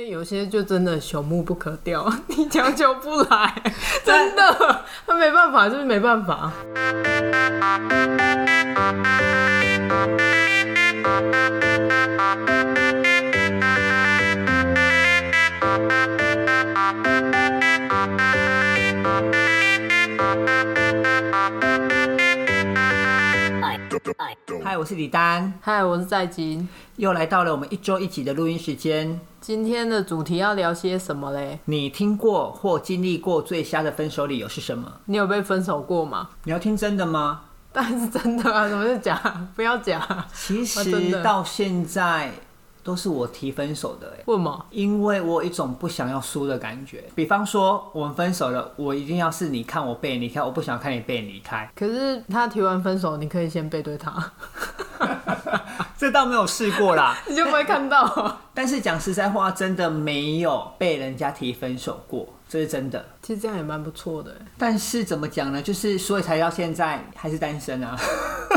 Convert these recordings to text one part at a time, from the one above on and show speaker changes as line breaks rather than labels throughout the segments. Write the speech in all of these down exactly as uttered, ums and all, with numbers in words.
为有些就真的朽木不可雕，你强求不来，真的，他没办法，就是没办法。
嗨，我是李丹。
嗨，我是在金。
又来到了我们一周一集的录音时间。
今天的主题要聊些什么嘞？
你听过或经历过最瞎的分手理由是什么？
你有被分手过吗？
你要听真的吗？
当然是真的啊，怎么是假？不要假。
其实到现在都是我提分手的。
为什么？
因为我有一种不想要输的感觉。比方说我们分手了，我一定要是你看我被你离开，我不想看你被你离开。
可是他提完分手，你可以先背对他。
这倒没有试过啦，
你就不会看到。
但是讲实在话，真的没有被人家提分手过，这是真的。
其实这样也蛮不错的。
但是怎么讲呢？就是所以才到现在还是单身啊，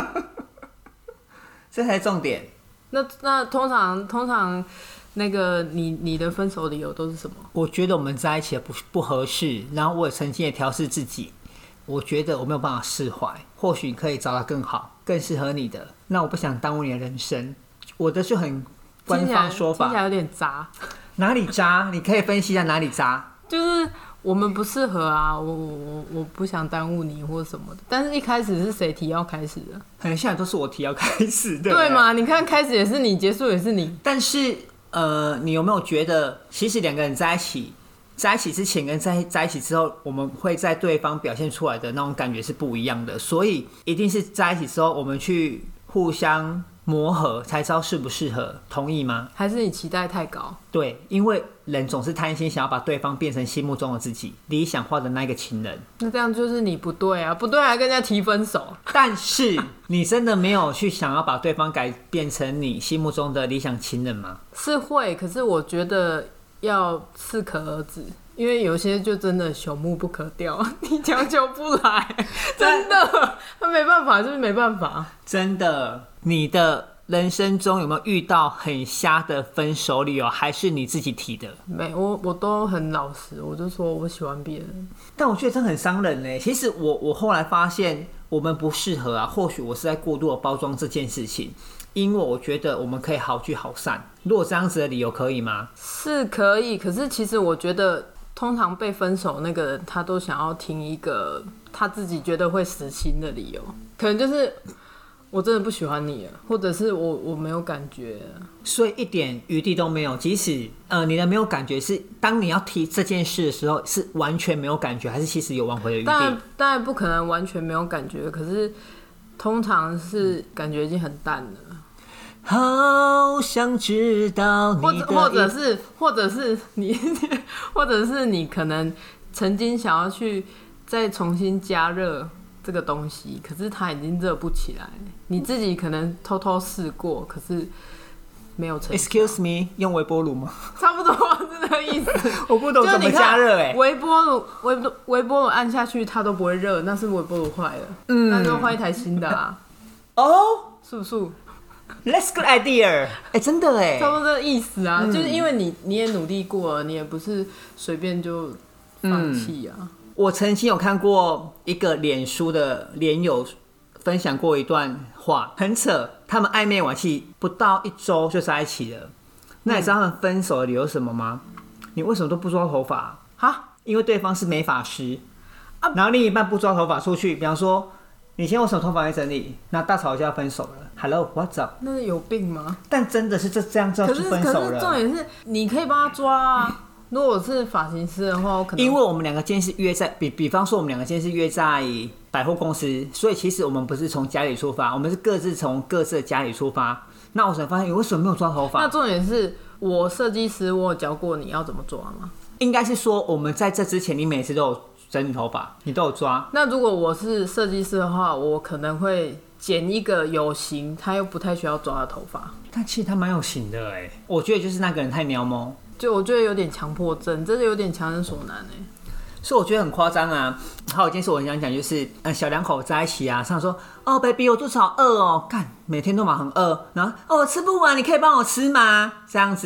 这才是重点。
那那通常通常那个你你的分手理由都是什么？我
觉得我们在一起不不合适，然后我也曾经也调试自己，我觉得我没有办法释怀，或许可以找到更好、更适合你的。那我不想耽误你的人生，我的是很官方说法，
听起来有点渣。
哪里渣？你可以分析一下哪里渣？
就是我们不适合啊，我我我不想耽误你或什么的。但是一开始是谁提要开始的？
很像都是我提要开始的，
对吗？你看开始也是你，结束也是你。
但是呃，你有没有觉得，其实两个人在一起？在一起之前跟 在, 在一起之后，我们会在对方表现出来的那种感觉是不一样的，所以一定是在一起之后，我们去互相磨合，才知道适不适合，同意吗？
还是你期待太高？
对，因为人总是贪心，想要把对方变成心目中的自己，理想化的那个情人。
那这样就是你不对啊，不对还跟人家提分手。
但是你真的没有去想要把对方改变成你心目中的理想情人吗？
是会，可是我觉得要适可而止，因为有些就真的朽木不可雕，你强求不来，真的，他没办法，就是没办法。真的，
你的人生中有没有遇到很瞎的分手理由，还是你自己提的？
没，我我都很老实，我就说我喜欢别人。
但我觉得这很伤人呢。其实我我后来发现我们不适合啊，或许我是在过度的包装这件事情。因为我觉得我们可以好聚好散，如果这样子的理由可以吗？
是可以，可是其实我觉得通常被分手那个人他都想要听一个他自己觉得会死心的理由，可能就是我真的不喜欢你了，或者是我我没有感觉了，
所以一点余地都没有。即使呃你的没有感觉是当你要提这件事的时候是完全没有感觉，还是其实有挽回的余地？
当然当然不可能完全没有感觉，可是通常是感觉已经很淡了。
好想知道你的，
或者是或者是你或者是你可能曾经想要去再重新加热这个东西，可是它已经热不起来了，你自己可能偷偷试过，可是没有成效。
Excuse me， 用微波炉吗？
差不多是这个意思。
我不懂怎么加热。欸、
微波炉微微波炉按下去它都不会热，那是微波炉坏了，嗯，那就换一台新的啊。哦，是不是
？Let's good idea， 哎、欸，真的哎，
差不多这个意思啊、嗯，就是因为你你也努力过了，你也不是随便就放弃啊、嗯。
我曾经有看过一个脸书的脸友分享过一段话，很扯，他们暧昧玩气不到一周就在一起了。那你知道他们分手的理由是什么吗？你为什么都不抓头发啊？因为对方是美发师啊，然后另一半不抓头发出去，比方说。你先为什么头发没整理？那大吵就要分手了。Hello， what's up？
那是有病吗？
但真的是这这样就要分手了。
可是重点是，你可以帮他抓啊。如果我是发型师的话，我可能
因为我们两个今天是约在比比方说我们两个今天是约在百货公司，所以其实我们不是从家里出发，我们是各自从各自的家里出发。那我才发现，你为什么没有抓头发？
那重点是我设计师，我有教过你要怎么抓吗？
应该是说，我们在这之前，你每次都有整理头发，你都有抓。
那如果我是设计师的话，我可能会剪一个有型，他又不太需要抓的头发。
但其实他蛮有型的哎，我觉得就是那个人太鸟毛，
就我觉得有点强迫症，真的有点强人所难哎。
所以我觉得很夸张啊。还有一件事我很想讲，就是呃小两口在一起啊，常说哦 baby 我肚子好饿哦，干每天都嘛很饿，然后哦我吃不完，你可以帮我吃吗？这样子。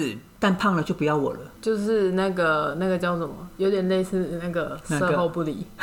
但胖了就不要我了。
就是那个那个叫什么，有点类似那个事后不理。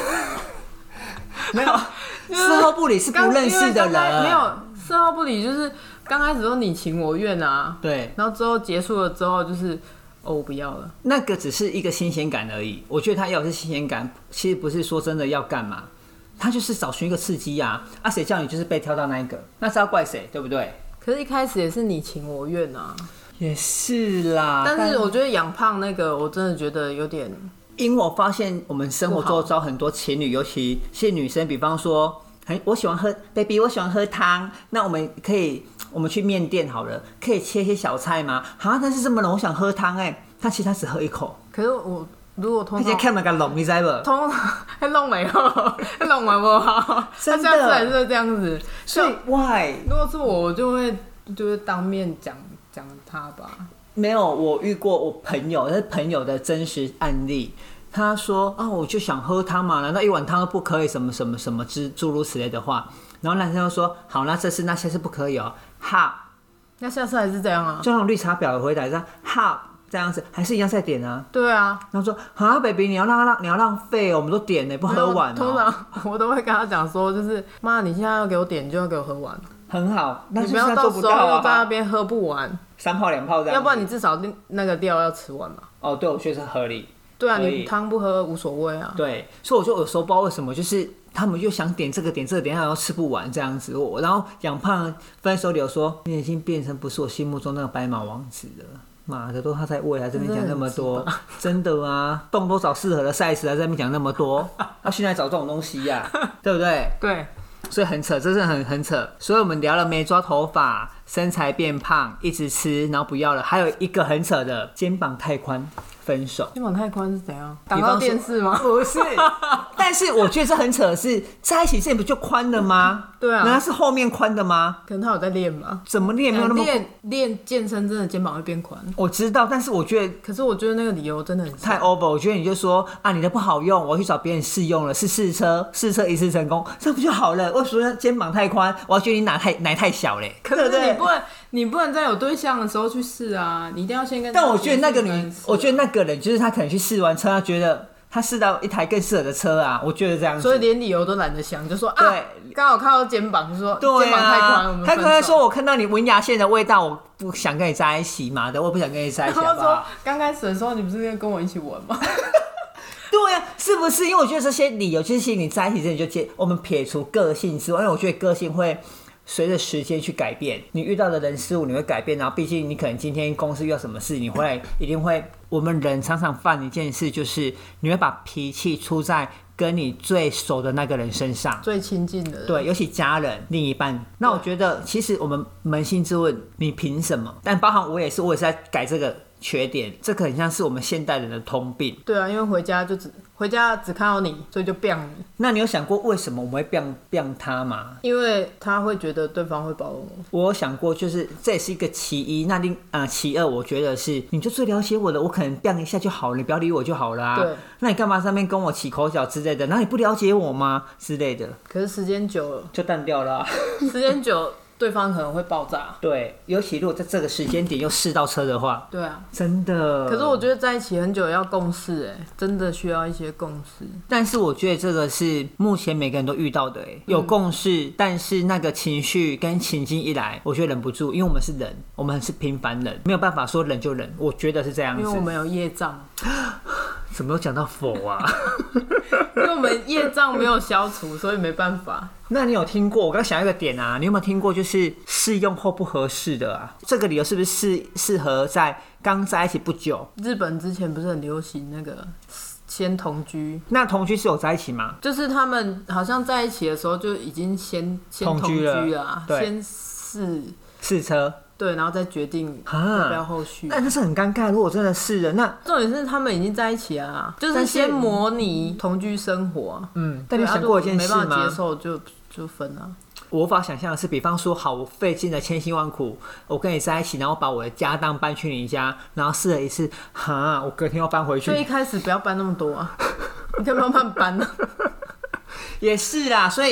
没有，事后不理是不认识的人。
没有事后不理，就是刚开始说你情我愿啊，
对，
然后之后结束了之后就是哦我不要了。
那个只是一个新鲜感而已。我觉得他要的是新鲜感，其实不是说真的要干嘛，他就是找寻一个刺激啊。啊，谁叫你就是被挑到那一个，那是要怪谁，对不对？
可是，一开始也是你情我愿啊。
也是啦，
但是我觉得养胖那个，我真的觉得有点。
因为我发现我们生活周遭很多情侣，尤其是女生，比方说，我喜欢喝 ，baby， 我喜欢喝汤，那我们可以，我们去面店好了，可以切一些小菜吗？啊，但是这么冷，我想喝汤哎、欸，他其实他只喝一口。
可是我如果通常，
他看那个龙，你知道不？
通还弄没好，弄完不好，他下次还是这样子。
所以 why？
如果是我，我就会就会当面讲讲他吧。
没有，我遇过我朋友，那是朋友的真实案例。他说啊，我就想喝汤嘛，难道一碗汤都不可以？什么什么什么之诸如此类的话。然后男生就说，好，那这次那下次不可以哦。好，
那下次还是这样啊？
就那种绿茶婊的回答，这好这样子，还是一样在点啊？
对啊。
然后说啊 ，baby， 你要让让你要浪费哦，我们都点呢，不喝完、哦。
通常我都会跟他讲说，就是妈，你现在要给我点，你就要给我喝完。
很好，那
你不要到时候又在那边喝不完，
三泡两泡这样，
要不然你至少那个料要吃完嘛。
哦，对，我觉得是合理。
对啊，你汤不喝无所谓啊。
对，所以我就有时候不知道为什么，就是他们就想点这个点这个点，然后吃不完这样子。我然后养胖分手理由说，你已经变成不是我心目中那个白马王子了。妈的，都他在喂，还在那边讲那么多，真的啊，洞都找适合的 size， 还在那边讲那么多，他现在找这种东西呀、啊，对不对？
对。
所以很扯，真的很很扯。所以我们聊了没抓头发、身材变胖、一直吃，然后不要了。还有一个很扯的，肩膀太宽，分手。
肩膀太宽是怎样？挡到电视吗？
不是，但是我觉得这很扯的是，在一起之前不就宽的吗？
对啊，
难道是后面宽的吗？
可能他有在练吧？
怎么练？没有那么
练练健身，真的肩膀会变宽。
我知道，但是我觉得，
可是我觉得那个理由真的很
太 over。我觉得你就说啊，你的不好用，我要去找别人试用了，是试车，试车一次成功，这不就好了？为什么肩膀太宽？我要觉得你奶太奶太小嘞。
可是你不能，你不能在有对象的时候去试啊，你一定要先跟。
但我觉得那个女，我觉得那个人就是他可能去试完车，他觉得他试到一台更适合的车啊，我觉得这样子。
所以连理由都懒得想，就说啊，刚好看到肩膀，就说肩膀太宽，我们分手。
他可能说我看到你闻牙线的味道，我不想跟你在一起嘛的，我不想跟你在一起好不好。
他说刚开始的时候你不是跟我一起闻吗？
对呀、啊，是不是？因为我觉得这些理由，其实你在一起之前就接，我们撇除个性之外，因为我觉得个性会随着时间去改变，你遇到的人事物你会改变，然后毕竟你可能今天公司遇到什么事，你会一定会，我们人常常犯一件事，就是你会把脾气出在跟你最熟的那个人身上，
最亲近的人，
对，尤其家人、另一半。那我觉得，其实我们扪心自问，你凭什么？但包含我也是，我也是在改这个缺点，这个很像是我们现代人的通病。
对啊，因为回家就只回家只看到你，所以就变你。
那你有想过为什么我们会变变他吗？
因为他会觉得对方会包容我。
我有想过，就是这也是一个其一。那另呃其二，我觉得是你就最了解我的，我可能变一下就好了，你不要理我就好了啊。
对。
那你干嘛上面跟我起口角之类的？那你不了解我吗？之类的。
可是时间久了
就淡掉了、啊。
时间久。对方可能会爆炸，
对，尤其如果在这个时间点又试到车的话，
对啊，
真的。
可是我觉得在一起很久要共识，哎，真的需要一些共识。
但是我觉得这个是目前每个人都遇到的，哎，有共识、嗯，但是那个情绪跟情境一来，我觉得忍不住，因为我们是人，我们是平凡人，没有办法说忍就忍，我觉得是这样子。
因为我们有业障。
怎么有讲到佛啊？
因为我们业障没有消除，所以没办法。
那你有听过？我刚想一个点啊，你有没有听过就是试用后不合适的啊？这个理由是不是适适合在刚在一起不久？
日本之前不是很流行那个先同居？
那同居是有在一起吗？
就是他们好像在一起的时候就已经先先同居了，了啊，先试
试车。
对，然后再决定要不要后续。
那那是很尴尬。如果真的是的，那
重点是他们已经在一起啊，就是先模拟同居生活。
嗯，但你想过一件事吗？
没办法接受就就分啊。
我无法想象的是，比方说，好，我费尽了千辛万苦，我跟你在一起，然后把我的家当搬去你家，然后试了一次，哈，我隔天要搬回去。
所以一开始不要搬那么多啊，你可以慢慢搬啊。
也是啦，所以。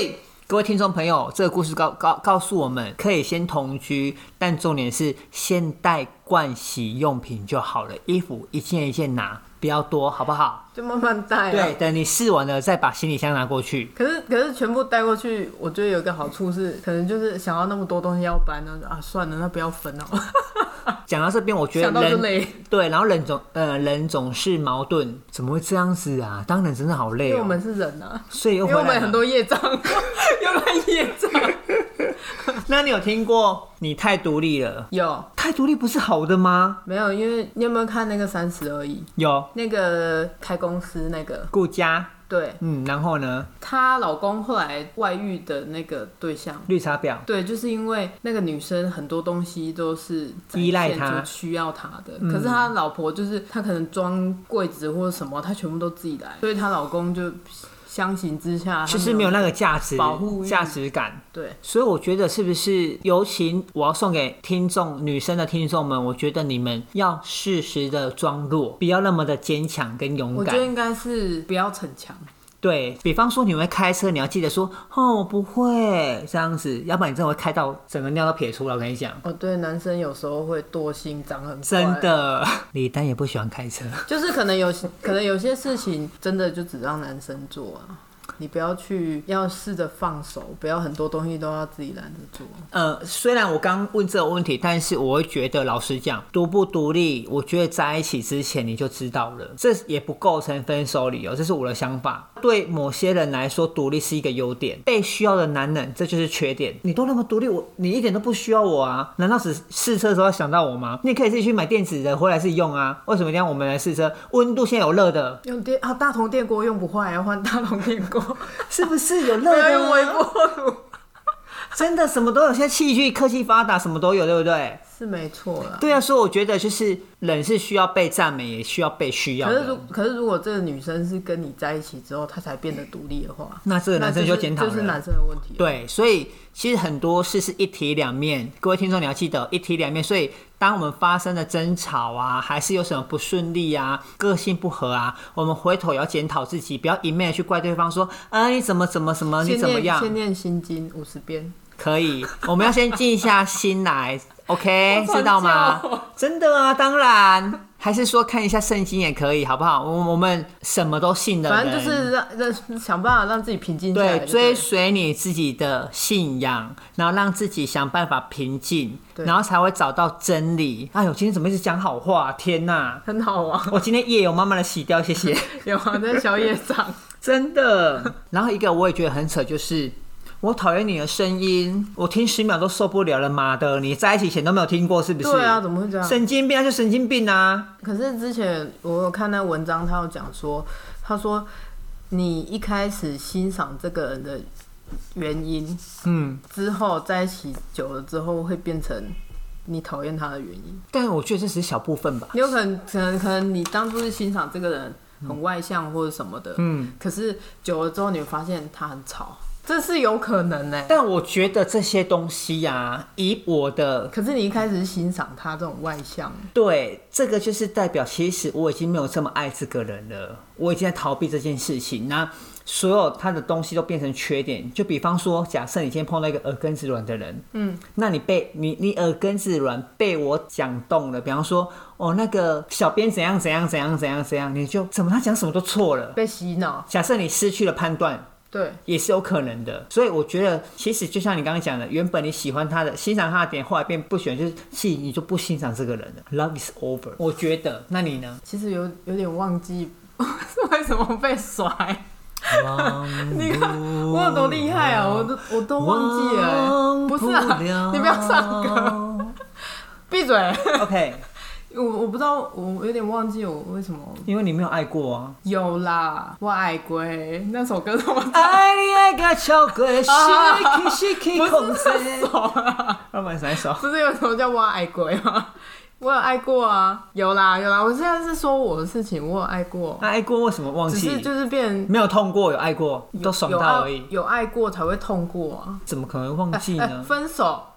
各位听众朋友，这个故事告告告诉我们，可以先同居，但重点是先带盥洗用品就好了，衣服一件一件拿，不要多，好不好？
就慢慢带、啊。
对，等你试完了再把行李箱拿过去。
可是可是全部带过去，我觉得有一个好处是，可能就是想要那么多东西要搬，然后啊算了，那不要分哦。
讲到这边，我觉得
想到就累。
对，然后人总呃人总是矛盾，怎么会这样子啊？当人真的好累、哦，
因为我们是人啊，
所以又回来了，
因为我们很多业障，又来业障。
那你有听过你太独立了？
有，
太独立不是好的吗？
没有？因为你有没有看那个三十而已？
有，
那个开公司那个
顾家。
对，
嗯，然后呢？
她老公后来外遇的那个对象，
绿茶婊。
对，就是因为那个女生很多东西都是
依赖他，
需要他的。
嗯、
可是他老婆就是他可能装柜子或者什么，他全部都自己来，所以她老公就相形之下，
其实没有那个价值
保护
价值感。
对，
所以我觉得是不是，尤其我要送给听众女生的听众们，我觉得你们要适时的装弱，不要那么的坚强跟勇敢。
我觉得应该是不要逞强。
对，比方说你会开车，你要记得说哦我不会这样子，要不然你真的会开到整个尿都撇出来。我跟你讲，
哦对，男生有时候会惰性长很快，
真的。李丹也不喜欢开车，
就是可能有可能有些事情真的就只让男生做啊。你不要去，要试着放手，不要很多东西都要自己懒得做。
呃，虽然我刚问这个问题，但是我会觉得，老实讲，独不独立，我觉得在一起之前你就知道了，这也不构成分手理由，这是我的想法。对某些人来说，独立是一个优点，被需要的男人这就是缺点。你都那么独立，我你一点都不需要我啊？难道只试车的时候要想到我吗？你也可以自己去买电子的回来自己用啊。为什么一定要我们来试车？温度现在有热的，
用电啊，大同电锅用不坏，要换大同电锅。
是不是有热的？不
要用微波炉。
真的什么都有，现在器具科技发达，什么都有，对不对？
是没错啦。
对啊，所以我觉得就是人是需要被赞美，也需要被需要的。
可是如可是如果这个女生是跟你在一起之后，她才变得独立的话，
那这个男生就检讨了，
就是男生的问题。
对，所以其实很多事是一体两面，各位听众你要记得一体两面。所以当我们发生了争吵啊，还是有什么不顺利啊，个性不合啊，我们回头也要检讨自己，不要一面去怪对方说啊你怎么怎么什么你怎么样。
先念心经五十遍。
可以，我们要先静下心来，OK， 知道吗？真的啊，当然，还是说看一下圣经也可以，好不好？我我们什么都信的人，
反正就是让让想办法让自己平静下来。
对，追随你自己的信仰，然后让自己想办法平静，然后才会找到真理。哎呦，今天怎么一直讲好话？天哪，
很好啊！
我今天业有慢慢的洗掉，谢谢。
有啊，在小业障，
真的。然后一个我也觉得很扯，就是。我讨厌你的声音，我听十秒都受不了了，妈的！你在一起前都没有听过是不是？
对啊，怎么会这样？
神经病啊，就神经病啊！
可是之前我有看那文章，他有讲说，他说你一开始欣赏这个人的原因，嗯，之后在一起久了之后会变成你讨厌他的原因。
但我觉得这只是小部分吧。
有可能，可能，可能你当初是欣赏这个人很外向或者什么的，嗯，可是久了之后你会发现他很吵。这是有可能呢、欸，
但我觉得这些东西呀、啊，以我的，
可是你一开始是欣赏他这种外向，
对，这个就是代表，其实我已经没有这么爱这个人了，我已经在逃避这件事情。那所有他的东西都变成缺点，就比方说，假设你今天碰到一个耳根子软的人，嗯，那你被你你耳根子软被我讲动了，比方说，哦，那个小编怎样怎样怎样怎样怎样，你就怎么他讲什么都错了，
被洗脑。
假设你失去了判断。
对，
也是有可能的，所以我觉得其实就像你刚刚讲的，原本你喜欢他的、欣赏他的点，后来变不喜欢，就是其实你就不欣赏这个人了。Love is over。我觉得，那你呢？
其实有有点忘记为什么被甩。你看我有多厉害啊！我都我都忘记了、欸。不是啊，你不要唱歌，闭嘴。
OK。
我我不知道，我有点忘记我为什么。
因为你没有爱过啊。
有啦，我爱过那首歌怎么唱？
爱你爱个超过，失去失去控制。
不是这首啦，
要不然哪一首？
不是有首叫我爱过吗？我有爱过啊，有啦有啦。我现在是说我的事情，我有爱过。
爱过为什么忘记？
只是就是变没
有痛过，有爱过，都爽到而已。
有爱过才会痛过啊，
怎么可能忘记呢？
欸欸、分手。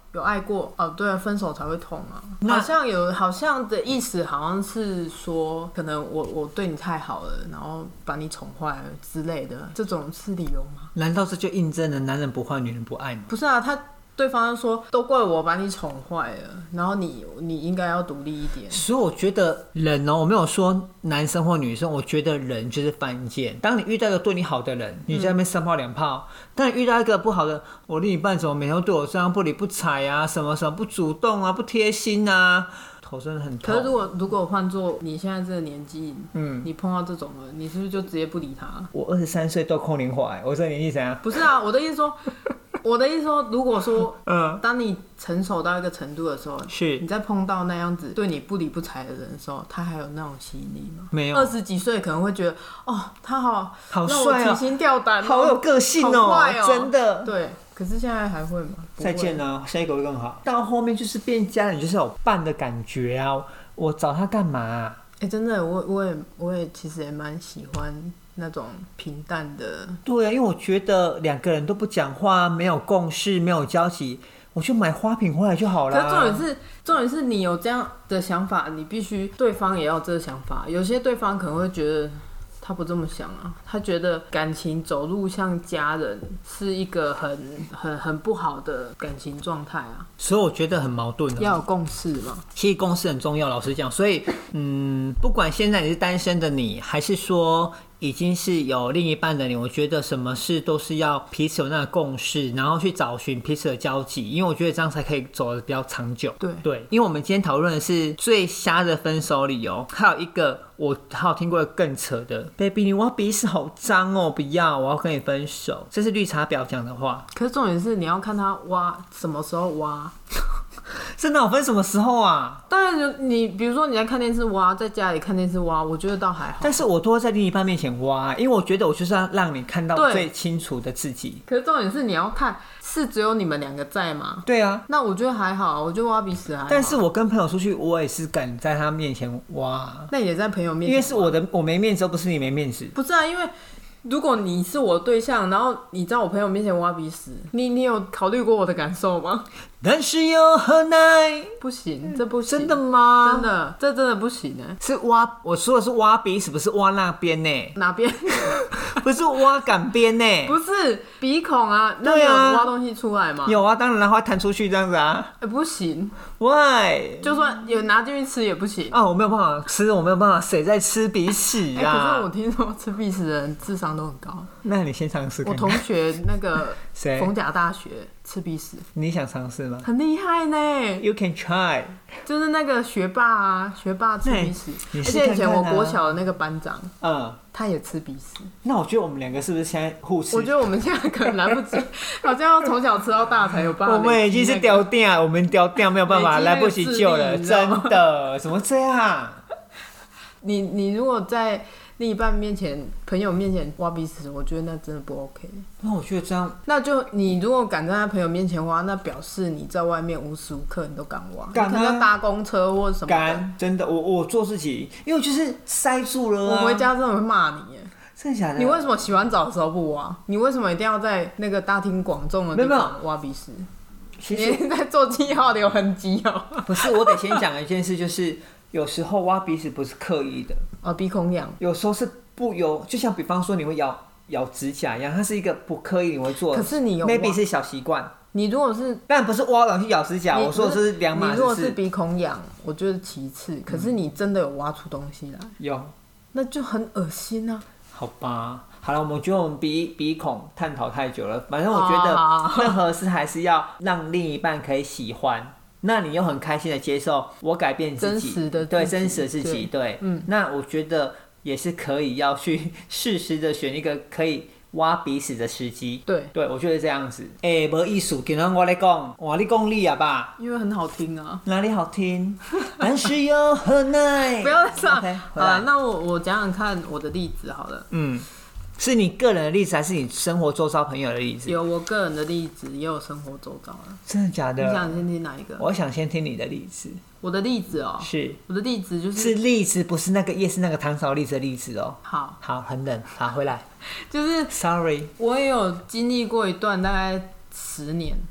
有爱过哦，对啊，分手才会痛啊。
那
好像有，好像的意思好像是说，可能我我对你太好了，然后把你宠坏了之类的，这种是理由吗？
难道这就印证了男人不坏女人不爱吗？
不是啊，他对方就说都怪我把你宠坏了，然后你你应该要独立一点。
所以我觉得人哦，我没有说男生或女生，我觉得人就是犯贱。当你遇到一个对你好的人，你在那边三炮两炮；当你遇到一个不好的，我另一半怎么每天都对我这样不理不睬啊，什么什么不主动啊，不贴心啊，头真的很痛。
可是如果如果换做你现在这个年纪，
嗯，
你碰到这种了，你是不是就直接不理他？
我二十三岁豆蔻年华，我这个年纪怎样？
不是啊，我的意思说。我的意思说，如果说，
嗯，
当你成熟到一个程度的时候，
是
你再碰到那样子对你不理不睬的人的时候，他还有那种吸引力吗？
没有。
二十几岁可能会觉得，哦，他好
好
让
帅哦，
我提心吊胆、哦，
好有个性哦，
好坏哦，
真的。
对，可是现在还会吗？
再见啊，下一个会更好。到后面就是变家人，就是有伴的感觉啊。我找他干嘛、啊？
哎、欸，真的，我我也我也其实也蛮喜欢那种平淡的。
对啊，因为我觉得两个人都不讲话，没有共识，没有交集，我就买花瓶回来就好了。
可是重点是，重点是你有这样的想法，你必须对方也要有这个想法。有些对方可能会觉得他不这么想啊，他觉得感情走入像家人是一个很很很不好的感情状态啊。
所以我觉得很矛盾、啊、
要有共识嘛。
其实共识很重要，老实讲。所以，嗯，不管现在你是单身的你，还是说已经是有另一半的你，我觉得什么事都是要彼此有那个共识，然后去找寻彼此的交集，因为我觉得这样才可以走得比较长久。
对
对，因为我们今天讨论的是最瞎的分手理由，还有一个我还有听过更扯的 ，baby 你我鼻屎好脏哦，不要，我要跟你分手，这是绿茶婊讲的话。
可是重点是你要看他挖什么时候挖。
真的，我分什么时候啊？
当然，你比如说你在看电视挖，在家里看电视挖，我觉得倒还好。
但是我都会在另一半面前挖，因为我觉得我就是要让你看到最清楚的自己。
可是重点是你要看，是只有你们两个在吗？
对啊。
那我觉得还好，我觉得挖鼻屎还好。
但是我跟朋友出去，我也是敢在他面前挖。
那也在朋友面前，
因为是我的，我没面子，又不是你没面子。
不是啊，因为。如果你是我的对象，然后你在我朋友面前挖鼻屎，你你有考虑过我的感受吗？
但是又何奈？
不行，这不行。
真的吗？
真的，这真的不行哎。
是挖，我说的是挖鼻屎，不是挖那边呢。
哪边？
不是挖感边呢。
不是鼻孔啊，那你有挖东西出来吗？
有啊，当然然后弹出去这样子啊。
欸、不行
，Why？
就算有拿进去吃也不行
啊！我没有办法吃，我没有办法，谁在吃鼻屎啊？
欸、可是我听说吃鼻屎的人智商都很高。
那你先尝试看看。
我同学那个
谁？
逢甲大学吃鼻屎，
你想尝试吗？
很厉害呢。
You can try。
就是那个学霸啊，学霸吃鼻屎，
而
且以前我国小的那个班长，
嗯，
他也吃鼻屎。
那我觉得我们两个是不是现在互吃？
我觉得我们现在可能来不及，好像要从小吃到大才有办法、那個。
我们已经是掉电，我们掉电没有办法，来不及救了，真的，怎么这样？
你你如果在另一半面前、朋友面前挖鼻屎，我觉得那真的不 OK。
那我觉得这样，
那就你如果敢在他朋友面前挖，那表示你在外面无时无刻你都敢挖，
敢啊，
你可能要搭公车或什么的。
敢，真的，我我做自己，因为我就是塞住了、啊。
我回家真的会骂你耶。
真的假的？
你为什么洗完澡的时候不挖？你为什么一定要在那个大庭广众的地方挖鼻屎？其实你在做记号留痕迹哦。
不是，我得先讲一件事，就是有时候挖鼻屎不是刻意的。
哦，鼻孔痒。
有时候是不有，就像比方说你会咬咬指甲一样，它是一个不刻意你会做的。
可是你有
maybe 是小习惯。
你如果是，
但不是挖然后去咬指甲，我说的是两码子事。
你如果是鼻孔痒，我觉得其次。可是你真的有挖出东西来，
有，
那就很恶心啊。
好吧，好了，我觉得我们鼻鼻孔探讨太久了。反正我觉得任何事还是要让另一半可以喜欢，那你又很开心的接受我改变自己，
真实的
对真实的自己，对，对嗯，那我觉得也是可以要去适时的选一个可以挖鼻屎的时机。
对，
对我觉得这样子。哎、欸，没艺术，今天我来讲，我你讲你啊吧，
因为很好听啊。
哪里好听？但是又何奈？
不要再唱。
Okay,
啊，那我我讲讲看我的例子好了。
嗯。是你个人的例子，还是你生活周遭朋友的例子？
有我个人的例子，也有生活周遭的。
真的假的？
你想先听哪一个？
我想先听你的例子。
我的例子哦、喔，
是
我的例子就是
是例子，不是那个夜市那个唐朝栗子的例子哦、喔。
好，
好，很冷，好回来。
就是
，sorry，
我也有经历过一段大概十年，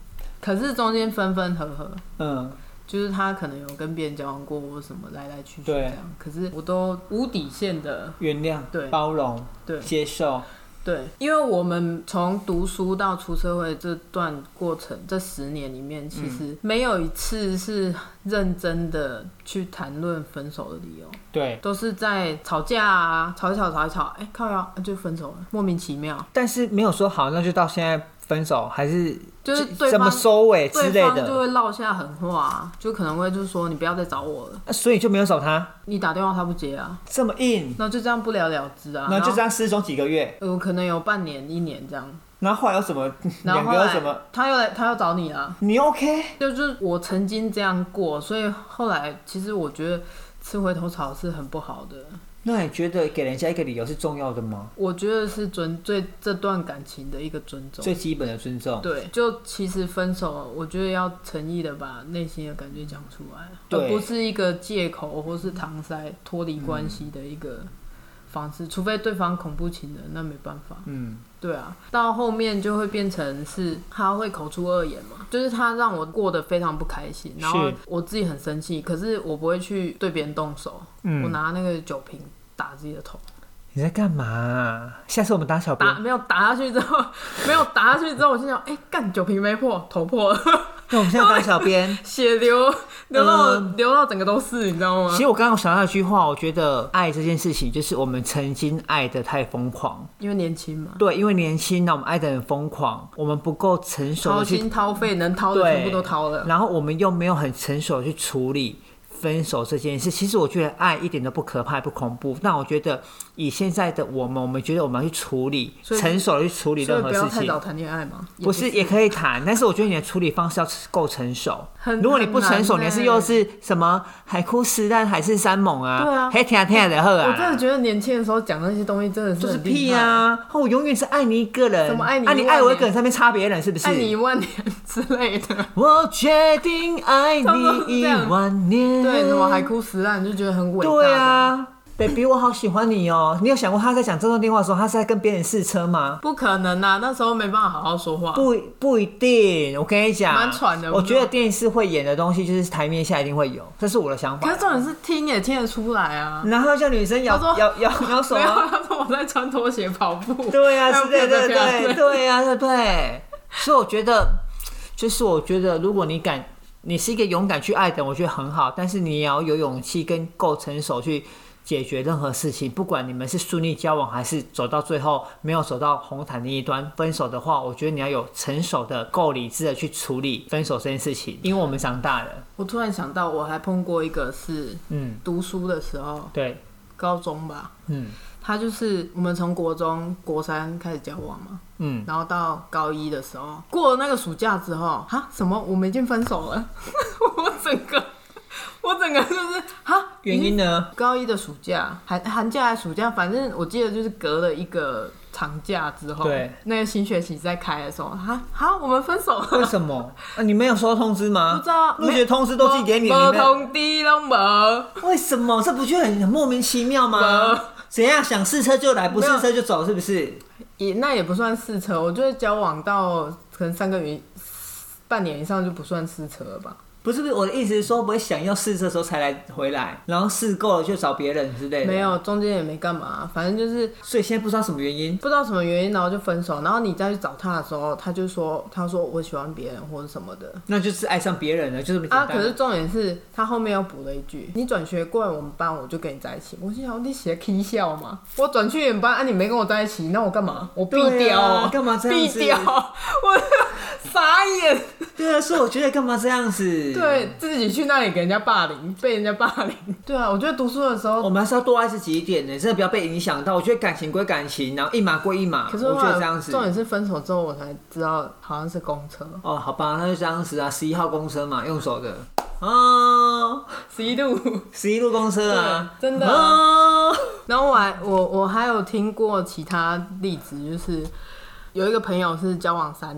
可是中间分分合合，
嗯，
就是他可能有跟别人交往过或什么来来去去这
对
样，可是我都无底线的
原谅，
对
包容，
对
接受，
对，因为我们从读书到出社会这段过程，这十年里面，其实没有一次是认真的去谈论分手的理由，
对，
都是在吵架啊，吵一吵吵一吵，哎、欸，靠腰就分手了，莫名其妙。
但是没有说好，那就到现在分手，还是
就是对方
怎么收尾之类
对方
的，
就会落下狠话、啊，就可能会就是说你不要再找我了，
啊所以就没有找他，
你打电话他不接啊，
这么硬，
那就这样不了了之啊，
然后就这样失踪几个月，
呃，可能有半年一年这样。
然后后来有什么？两
然后后来
个有什么？
他又来，他要找你啊？
你 OK？
就是我曾经这样过，所以后来其实我觉得吃回头草是很不好的。
那你觉得给人家一个理由是重要的吗？
我觉得是尊对这段感情的一个尊重，
最基本的尊重。
对，就其实分手，我觉得要诚意的把内心的感觉讲出来，而不是一个借口或是搪塞脱离关系的一个方式，嗯、除非对方恐怖情人，那没办法。嗯，对啊，到后面就会变成是他会口出恶言嘛，就是他让我过得非常不开心，然后我自己很生气，可是我不会去对别人动手，嗯、我拿那个酒瓶打自己的头。
你在干嘛、啊？下次我们打小编。
打没有打下去之后，没有打下去之后，我心想，哎、欸，干酒瓶没破，头破了。
那我们现在打小编，
血流流到、呃、流到整个都是，你知道吗？
其实我刚刚想到一句话，我觉得爱这件事情，就是我们曾经爱得太疯狂，
因为年轻嘛。
对，因为年轻，那我们爱得很疯狂，我们不够成熟的去
掏心掏肺，能掏的全部都掏了。
然后我们又没有很成熟的去处理分手这件事。其实我觉得爱一点都不可怕，不恐怖。但我觉得以现在的我们，我们觉得我们要去处理，成熟的去处理任何事情。
所以不要太早谈恋爱嘛。
不是，也可以谈，但是我觉得你的处理方式要够成熟。如果你不成熟，你还是又是什么海枯石烂、海誓山盟啊？
对啊，
还听听的好啊。
我真的觉得年轻的时候讲那些东西真的是
就是屁啊！我永远是爱你一个人，
什么爱你？
啊，你爱我一个人，上面差别人是不是？
爱你一万年之类的。
我决定爱你一万年。
对，什么海枯石烂，你就觉得很伟大。
对啊。baby， 我好喜欢你哦！你有想过他在讲这段电话的时候，他是在跟别人试车吗？
不可能啊，那时候没办法好好说话。
不不一定，我跟你讲，
蛮喘的。
我觉得电视会演的东西，就是台面下一定会有，这是我的想法。
可是重点是听也听得出来啊。
然后叫女生摇摇摇摇手啊，
他说我在穿拖鞋跑步。
对啊，对对对对啊，对不对？所以我觉得，就是我觉得，如果你敢，你是一个勇敢去爱的人，我觉得很好。但是你也要有勇气跟够成熟去解决任何事情，不管你们是顺利交往还是走到最后没有走到红毯那一端分手的话，我觉得你要有成熟的够理智的去处理分手这件事情，因为我们长大了。
我突然想到我还碰过一个是嗯读书的时候，
对，
高中吧，嗯，他就是我们从国中国三开始交往嘛，嗯，然后到高一的时候过了那个暑假之后，哈什么我们已经分手了。我整个我整个就是哈，
原因呢？
高一的暑假，寒寒假还是暑假，反正我记得就是隔了一个长假之后，对，那个新学期在开的时候，哈，好，我们分手了。
为什么？啊，你没有收到通知吗？
不知道，
入学通知都寄给你，
没通知都没。
为什么？这不就很很莫名其妙吗？怎样想试车就来，不试车就走，是不是？
也那也不算试车，我觉得交往到可能三个月、半年以上就不算试车了吧。
不是不是，我的意思是说，不会想要试车的时候才来回来，然后试够了就找别人之类的。
没有，中间也没干嘛，反正就是。
所以现在不知道什么原因，
不知道什么原因，然后就分手。然后你再去找他的时候，他就说，他说我喜欢别人或者什么的，
那就是爱上别人了，就这么简单。
啊，可是重点是他后面又补了一句：你转学过来我们班，我就跟你在一起。我心想，你写 K 笑嘛？我转去你班啊，你没跟我在一起，那我干嘛？我闭掉哦，
干、啊、嘛这样子？
闭掉，我傻眼。
对啊，所以我觉得干嘛这样子？
对自己去那里给人家霸凌，被人家霸凌。对啊，我觉得读书的时候，
我们还是要多爱自己一点的，真的不要被影响到。我觉得感情归感情，然后一码归一码。
可是
我觉得这样子，
重点是分手之后我才知道，好像是公车。
哦，好吧，那就这样子啊，十一号公车嘛，用手的。哦，
十一路，
十一路公车啊，
真的、啊。哦、然后我还我我还有听过其他例子，就是有一个朋友是交往三年，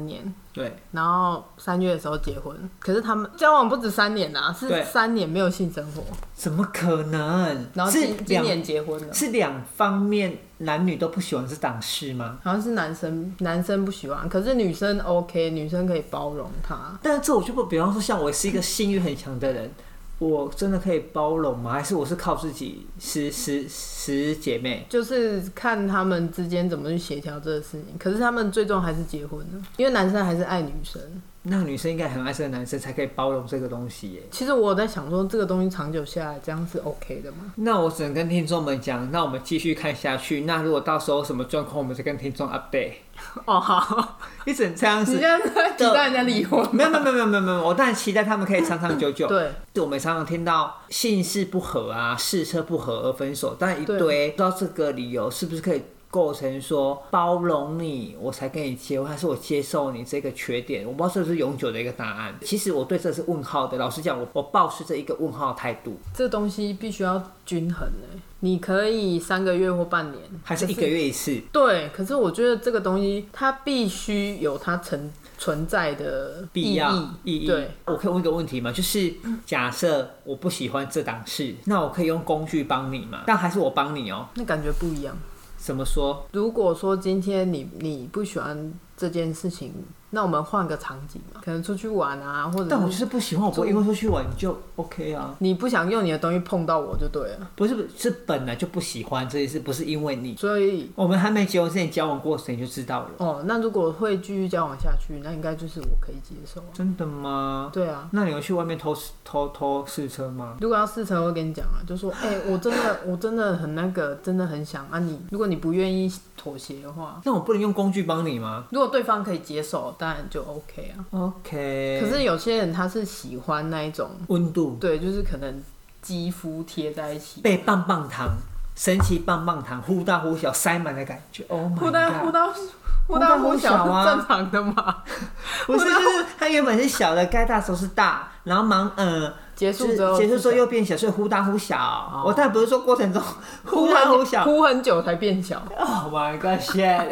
对，
然后三月的时候结婚，可是他们交往不止三年啊，是
对
三年没有性生活，
怎么可能？
然后
是
今今年结婚了，
是两方面男女都不喜欢这档事吗？
好像是男生男生不喜欢，可是女生 OK， 女生可以包容他。
但是这我就不，比方说像我是一个性欲很强的人，我真的可以包容吗？还是我是靠自己十十十姐妹？
就是看他们之间怎么去协调这个事情，可是他们最终还是结婚了，因为男生还是爱女生。
那个女生应该很爱这个男生，才可以包容这个东西耶。
其实我在想说，这个东西长久下来，这样是 OK 的吗？
那我只能跟听众们讲，那我们继续看下去。那如果到时候什么状况，我们再跟听众 update。
哦，好，
一整这样子，
你现在在期待人家离婚？
没有没有没有没有没有，我当然期待他们可以长长久久。
对，
我们常常听到性事不合啊，试车不合而分手，但一堆不知道这个理由是不是可以构成说包容你，我才跟你结婚，还是我接受你这个缺点？我不知道这是永久的一个答案。其实我对这是问号的。老实讲，我我抱持着一个问号的态度。
这东西必须要均衡诶，你可以三个月或半年，
还是一个月一次？
对，可是我觉得这个东西它必须有它存存在的
必要
意义。对，
我可以问一个问题吗？就是假设我不喜欢这档事，那我可以用工具帮你吗？但还是我帮你哦、喔？
那感觉不一样。
怎么说？
如果说今天你你不喜欢这件事情，那我们换个场景嘛，可能出去玩啊，或者
但我就是不喜欢，我不会因为出去玩就 OK 啊。
你不想用你的东西碰到我就对了。
不是，是本来就不喜欢这件事，不是因为你。
所以
我们还没结婚之前交往过谁就知道了。
哦，那如果会继续交往下去，那应该就是我可以接受、啊。
真的吗？
对啊。
那你有去外面偷偷偷试车吗？
如果要试车，我会跟你讲啊，就说，哎、欸，我真的我真的很那个，真的很想啊你，如果你不愿意妥协的话，
那我不能用工具帮你吗？
如果对方可以接受，当然就 OK 啊。
OK。
可是有些人他是喜欢那一种
温度，
对，就是可能肌肤贴在一起，
被棒棒糖、神奇棒棒糖忽大忽小塞满的感觉。Oh my god！
忽大忽大忽大忽小是正常的吗？
不是，就是它原本是小的，该大的时候是大，然后忙呃。
结束之后，
结束之后又变小，所以忽大忽小。哦、我当然不是说过程中忽大忽小，
忽很久才变小。
Oh my god shit！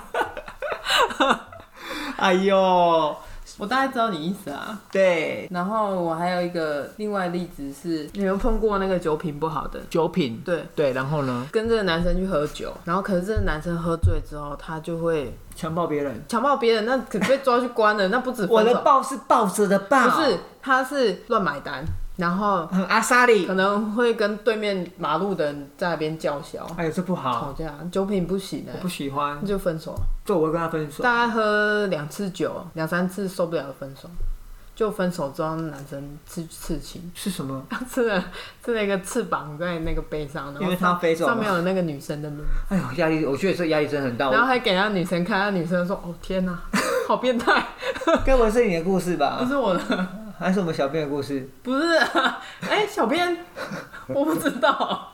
哎呦，
我大概知道你意思啊。
对。
然后我还有一个另外例子是，你有碰过那个酒品不好的？
酒品。
对
对，然后呢？
跟这个男生去喝酒，然后可是这个男生喝醉之后，他就会
强暴别人，
强暴别人，那可被抓去关了，那不止分手。
我的抱是抱着的抱，
不是，他是乱买单，然后
很阿莎莉，
可能会跟对面马路的人在那边叫嚣。
哎呦，这不好，
吵架，酒品不行哎、欸，
我不喜欢，
那就分手。
对，我会跟他分手。
大概喝两次酒，两三次受不了就分手。就分手之后，男生刺刺青
是什么？
他刺了刺了一个翅膀在那个背上，然后
因为他飞走了，
上面有那个女生的名字。
哎呦，压力，我觉得这压力真的很大。
然后还给那女生看，那女生说：“哦天哪，好变态！”
该不会是你的故事吧？
不是我的，
还是我们小编的故事？
不是，哎、欸，小编，我不知道。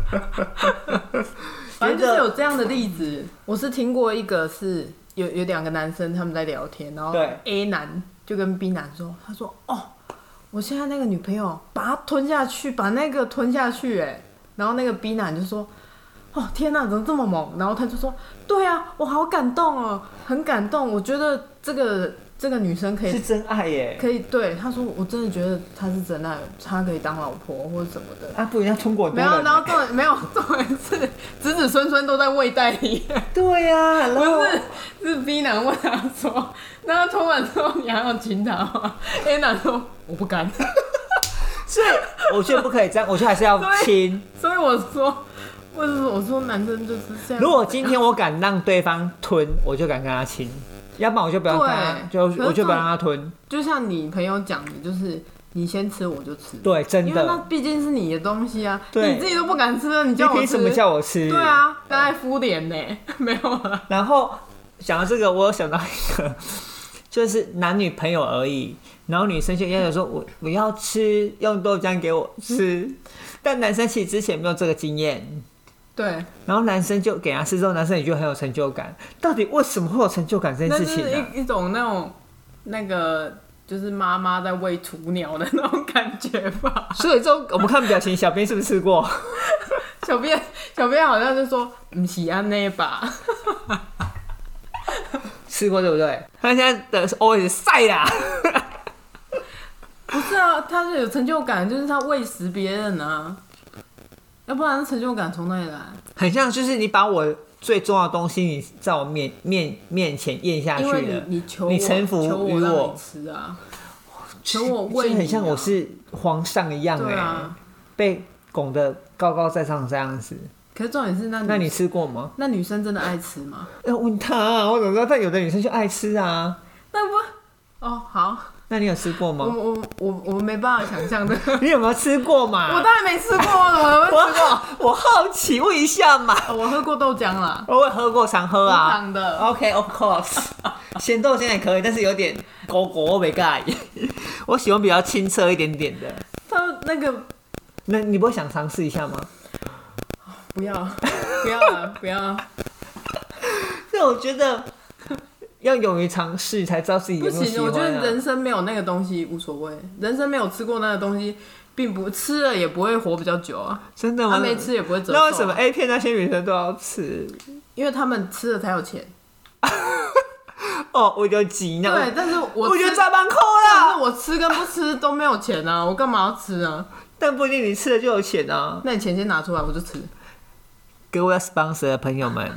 反正就是有这样的例子，我是听过一个是有有两个男生他们在聊天，然后 A 男就跟 B 男说，他说哦，我现在那个女朋友把他吞下去，把那个吞下去，哎，然后那个 B 男就说，哦天哪，怎么这么猛？然后他就说，对啊，我好感动哦，很感动，我觉得这个。这个女生可以
是真爱耶，
可以对他说，我真的觉得她是真爱，她可以当老婆或者什么的。
啊，不一样，中国
没有，然后重点没有，重点是子子孙孙都在胃袋里。
对呀、啊，
不是，是 B 男问他说，那他吞完之后你还要亲他吗 ？A 男说我不敢。
所以我觉得不可以这样，我觉得还是要亲。
所以我说，为什么我说男生就是这样？
如果今天我敢让对方吞，我就敢跟他亲。要不然我就不要他，就我就不要让他吞。
就像你朋友讲的，就是你先吃我就吃。
对，真的。
因为那毕竟是你的东西啊，
对
你自己都不敢吃，你叫我吃，
你凭什么叫我吃？
对啊，刚才敷脸呢，没有了。
然后讲到这个，我有想到一个，就是男女朋友而已，然后女生就要求说我我要吃，用豆浆给我吃，但男生其实之前没有这个经验。
对，
然后男生就给他吃之后，男生也觉得很有成就感。到底为什么会有成就感这件事情呢、啊？
那是一一种那种那个就是妈妈在喂雏鸟的那种感觉吧。
所以这种我们看表情，小编是不是吃过？
小编小编好像就说不是安内吧。
吃过对不对？他现在的 O S 晒啦。
不是啊，他是有成就感，就是他喂食别人啊，要不然成就感从哪里来？
很像就是你把我最重要的东西，你在我面面面前咽下去了，
因为你你求我
你臣服于
求我让你吃啊，求我喂你、啊，
很像我是皇上一样哎、欸啊，被拱得高高在上这样子。
可是重点是那
那你吃过吗？
那女生真的爱吃吗？
要问她、啊，我怎么知道？但有的女生就爱吃啊。
那不哦好。
那你有吃过吗？
我我我我没办法想象的。
你有没有吃过嘛？
我当然没吃过，我没吃过。
我好奇问一下嘛。
我喝过豆浆啦，
我也喝过，常喝啊。
无糖的。
OK，of course。咸豆浆也可以，但是有点狗狗我没介意。我喜欢比较清澈一点点的。
它那个，
那你不会想尝试一下吗？
不要，不要了，不要。
所以我觉得。要勇于尝试才知道自己有没有喜欢、啊、
不行，我觉得人生没有那个东西无所谓，人生没有吃过那个东西，并不吃了也不会活比较久啊。
真的吗？
他、啊、没吃也不会折寿、啊。
那为什么 A 片那些女生都要吃？
因为他们吃了才有钱。
哦，我就急呢。
对，但是我
我觉得抓板扣啦。
但是我吃跟不吃都没有钱啊，我干嘛要吃啊？
但不一定你吃了就有钱啊。
那你钱先拿出来，我就吃。
各位 sponsor 的朋友们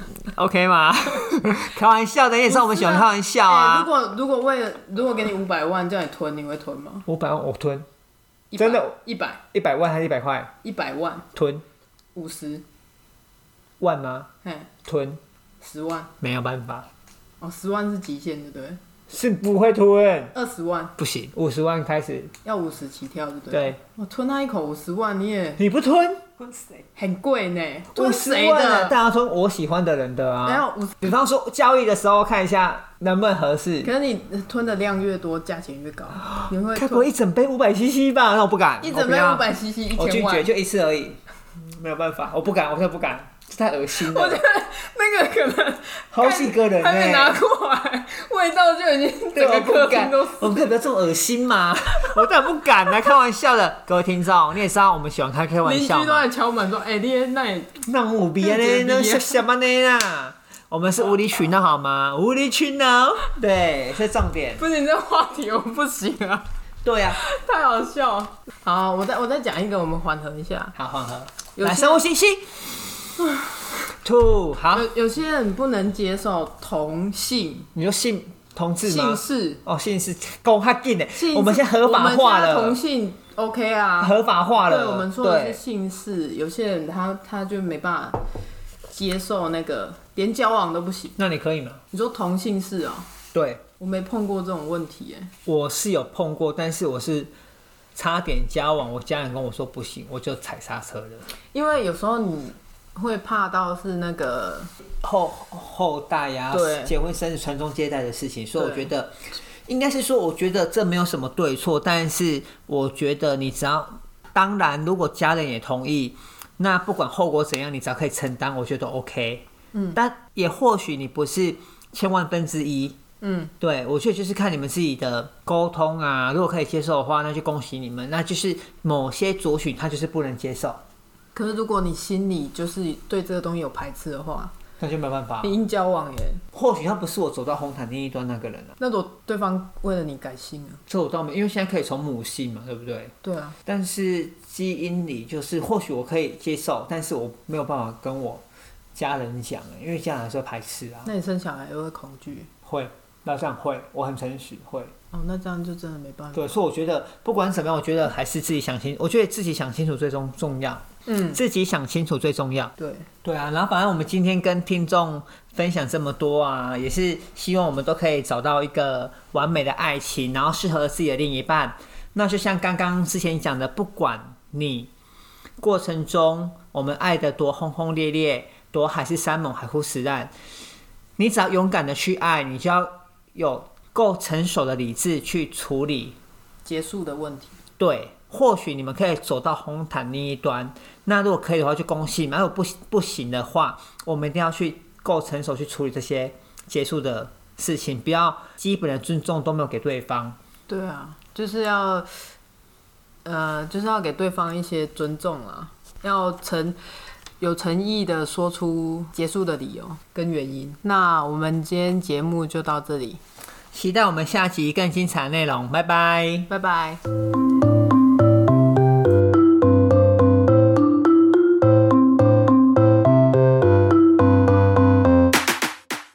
，OK 吗？开玩笑的，也是我们喜欢开玩笑啊。
欸、如果如果为了如果给你五百万叫你吞，你会吞吗？
五百万我吞，
一
真的
一百
一百万还是一百块？
一百万
吞
五十
万吗？吞
十万
没有办法。
哦，十万是极限，对不对？
是不会吞。
二十万
不行，五十万开始。
要五十起跳，对不对？
对。
我吞他一口五十万，你也
你不吞？
很贵呢，
吞谁的？大家吞我喜欢的人的啊。
然后
比方说交易的时候看一下能不能合适。
可是你吞的量越多，价钱越高。你会
该不会一整杯五百 C C 吧？那我不敢。
一整杯五百 C C 一千万。
我拒绝，就一次而已，没有办法，我不敢，我真的不敢。太恶心了！
我觉得那个可能
好几个人、欸，
还没拿过来，味道就已经整个客厅都。
我们可以不要这么恶心嘛？我当然不敢啦，开玩笑的。各位听众，你也知道我们喜欢开开玩笑嘛。
邻居都在敲门说：“哎、欸，你那也
那无比啊，那那什什么呢啦？我们是无理取闹好吗？无理取闹，对，是重点。
不是你这话题我不行啊。
对啊，
太好笑了。好，我再我再讲一个，我们缓和一下。
好，缓和。来，深呼吸吸。吐好
有，有些人不能接受同性，
你说性同志吗？
姓氏
哦，姓氏够哈紧的，我们现在合法化了，
同性 OK 啊，
合法化了。
对，我们说的是姓氏，有些人他他就没办法接受那个，连交往都不行。
那你可以吗？
你说同姓氏啊、喔？
对，
我没碰过这种问题哎。
我是有碰过，但是我是差点交往，我家人跟我说不行，我就踩刹车了。
因为有时候你会怕到是那个
后后代呀、啊，结婚生子、传宗接代的事情，所以我觉得应该是说，我觉得这没有什么对错，但是我觉得你只要，当然如果家人也同意，那不管后果怎样，你只要可以承担，我觉得 OK。嗯，但也或许你不是千万分之一。嗯，对，我觉得就是看你们自己的沟通啊，如果可以接受的话，那就恭喜你们。那就是某些族群他就是不能接受。
可是如果你心里就是对这个东西有排斥的话，
那就没办法。
你硬交往耶，
或许他不是我走到红毯另一端那个人啊。
那如果对方为了你改姓啊？
这我倒没，因为现在可以从母姓嘛，对不对？
对啊。但
是基因里就是，或许我可以接受，但是我没有办法跟我家人讲，因为家人还是会排斥啊。
那你生小孩也会恐惧？
会，那这样会，我很诚实会。
哦，那这样就真的没办法。
对，所以我觉得不管怎么样，我觉得还是自己想清，我觉得自己想清楚最重重要。嗯，自己想清楚最重要。
对
对啊，然后反正我们今天跟听众分享这么多啊，也是希望我们都可以找到一个完美的爱情，然后适合自己的另一半。那就像刚刚之前讲的，不管你过程中我们爱得多轰轰烈烈，多海誓山盟海枯石烂，你只要勇敢的去爱，你就要有够成熟的理智去处理
结束的问题。
对，或许你们可以走到红毯另一端。那如果可以的话，就恭喜；如果 不, 不行的话，我们一定要去够成熟去处理这些结束的事情，不要基本的尊重都没有给对方。
对啊，就是要，呃，就是要给对方一些尊重啊，要承有诚意的说出结束的理由跟原因。那我们今天节目就到这里，
期待我们下集更精彩的内容，拜拜，
拜拜。